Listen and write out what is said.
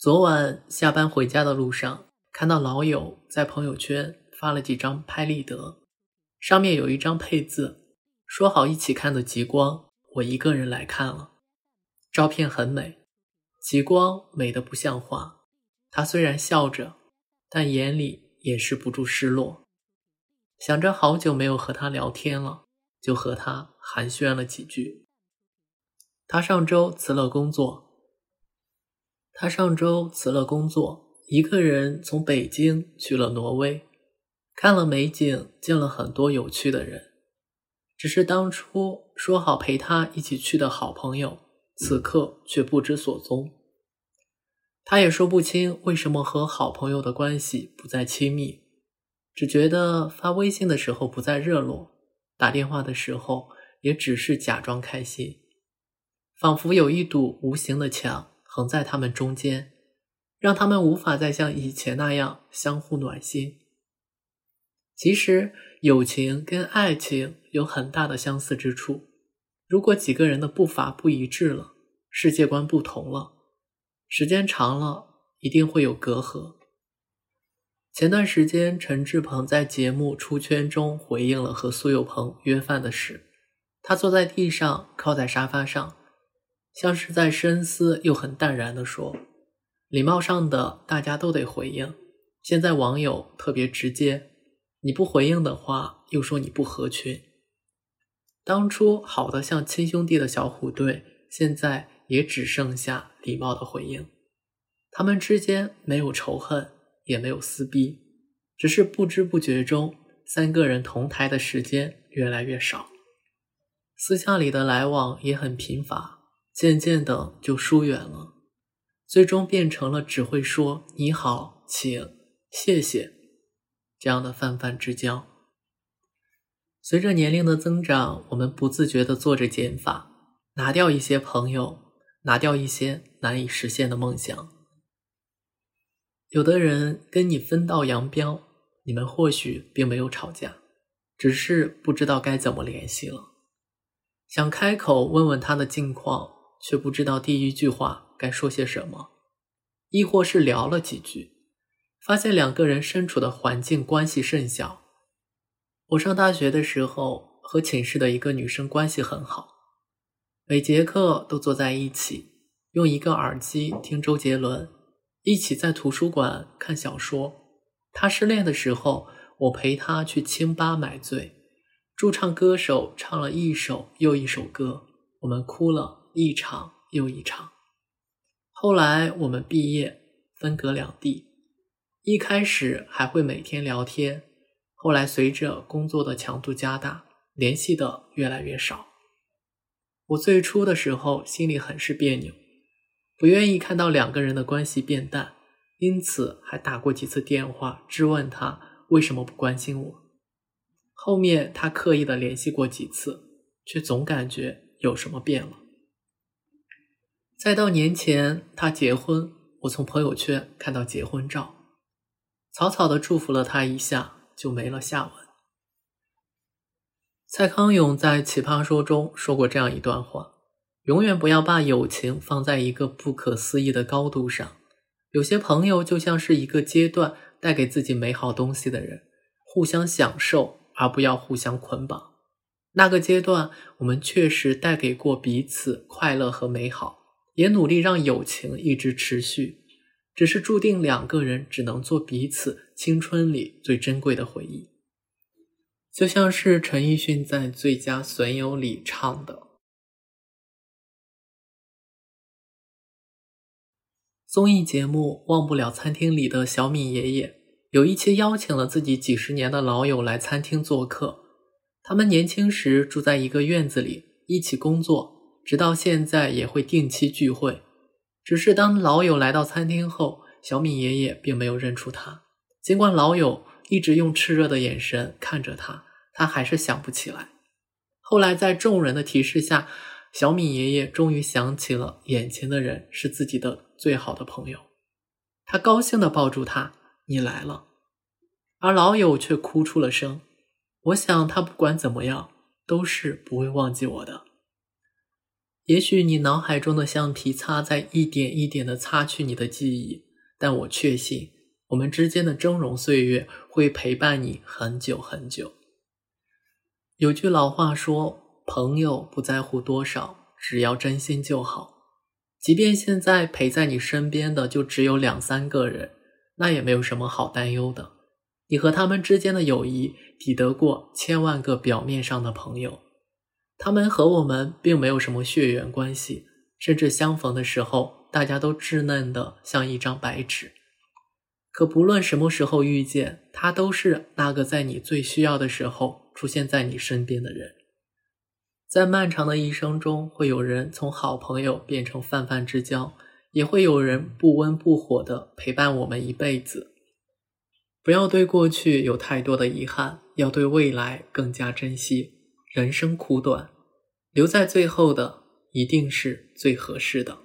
昨晚下班回家的路上，看到老友在朋友圈发了几张拍立得，上面有一张配字，说好一起看的极光，我一个人来看了。照片很美，极光美得不像话，他虽然笑着，但眼里掩饰不住失落。想着好久没有和他聊天了，就和他寒暄了几句。他上周辞了工作，一个人从北京去了挪威，看了美景，见了很多有趣的人。只是当初说好陪他一起去的好朋友，此刻却不知所踪。他也说不清为什么和好朋友的关系不再亲密，只觉得发微信的时候不再热络，打电话的时候也只是假装开心，仿佛有一堵无形的墙横在他们中间，让他们无法再像以前那样相互暖心。其实友情跟爱情有很大的相似之处，如果几个人的步伐不一致了，世界观不同了，时间长了一定会有隔阂。前段时间陈志朋在节目出圈中回应了和苏有朋约饭的事，他坐在地上靠在沙发上，像是在深思又很淡然地说，礼貌上的大家都得回应，现在网友特别直接，你不回应的话又说你不合群。当初好的像亲兄弟的小虎队，现在也只剩下礼貌的回应。他们之间没有仇恨，也没有撕逼，只是不知不觉中三个人同台的时间越来越少，私下里的来往也很贫乏，渐渐的就疏远了，最终变成了只会说你好、请、谢谢这样的泛泛之交。随着年龄的增长，我们不自觉地做着减法，拿掉一些朋友，拿掉一些难以实现的梦想。有的人跟你分道扬镳，你们或许并没有吵架，只是不知道该怎么联系了。想开口问问他的近况，却不知道第一句话该说些什么，亦或是聊了几句，发现两个人身处的环境关系甚小。我上大学的时候和寝室的一个女生关系很好，每节课都坐在一起，用一个耳机听周杰伦，一起在图书馆看小说。她失恋的时候，我陪她去清吧买醉，驻唱歌手唱了一首又一首歌，我们哭了一场又一场。后来我们毕业，分隔两地，一开始还会每天聊天，后来随着工作的强度加大，联系的越来越少。我最初的时候心里很是别扭，不愿意看到两个人的关系变淡，因此还打过几次电话质问他为什么不关心我。后面他刻意的联系过几次，却总感觉有什么变了。再到年前他结婚，我从朋友圈看到结婚照，草草的祝福了他一下，就没了下文。蔡康永在《奇葩说》中说过这样一段话，永远不要把友情放在一个不可思议的高度上，有些朋友就像是一个阶段带给自己美好东西的人，互相享受而不要互相捆绑。那个阶段我们确实带给过彼此快乐和美好，也努力让友情一直持续，只是注定两个人只能做彼此青春里最珍贵的回忆。就像是陈奕迅在《最佳损友》里唱的，综艺节目《忘不了餐厅》里的小敏爷爷有一期邀请了自己几十年的老友来餐厅做客，他们年轻时住在一个院子里，一起工作，直到现在也会定期聚会。只是当老友来到餐厅后，小敏爷爷并没有认出他，尽管老友一直用炽热的眼神看着他，他还是想不起来。后来在众人的提示下，小敏爷爷终于想起了眼前的人是自己的最好的朋友，他高兴地抱住他，你来了。而老友却哭出了声，我想他不管怎么样都是不会忘记我的。 也许你脑海中的橡皮擦在一点一点地擦去你的记忆，但我确信我们之间的峥嵘岁月会陪伴你很久很久。有句老话说，朋友不在乎多少，只要真心就好。即便现在陪在你身边的就只有2-3个人，那也没有什么好担忧的。你和他们之间的友谊抵得过千万个表面上的朋友。他们和我们并没有什么血缘关系，甚至相逢的时候，大家都稚嫩的像一张白纸。可不论什么时候遇见，他都是那个在你最需要的时候出现在你身边的人。在漫长的一生中，会有人从好朋友变成泛泛之交，也会有人不温不火的陪伴我们一辈子。不要对过去有太多的遗憾，要对未来更加珍惜。人生苦短，留在最后的一定是最合适的。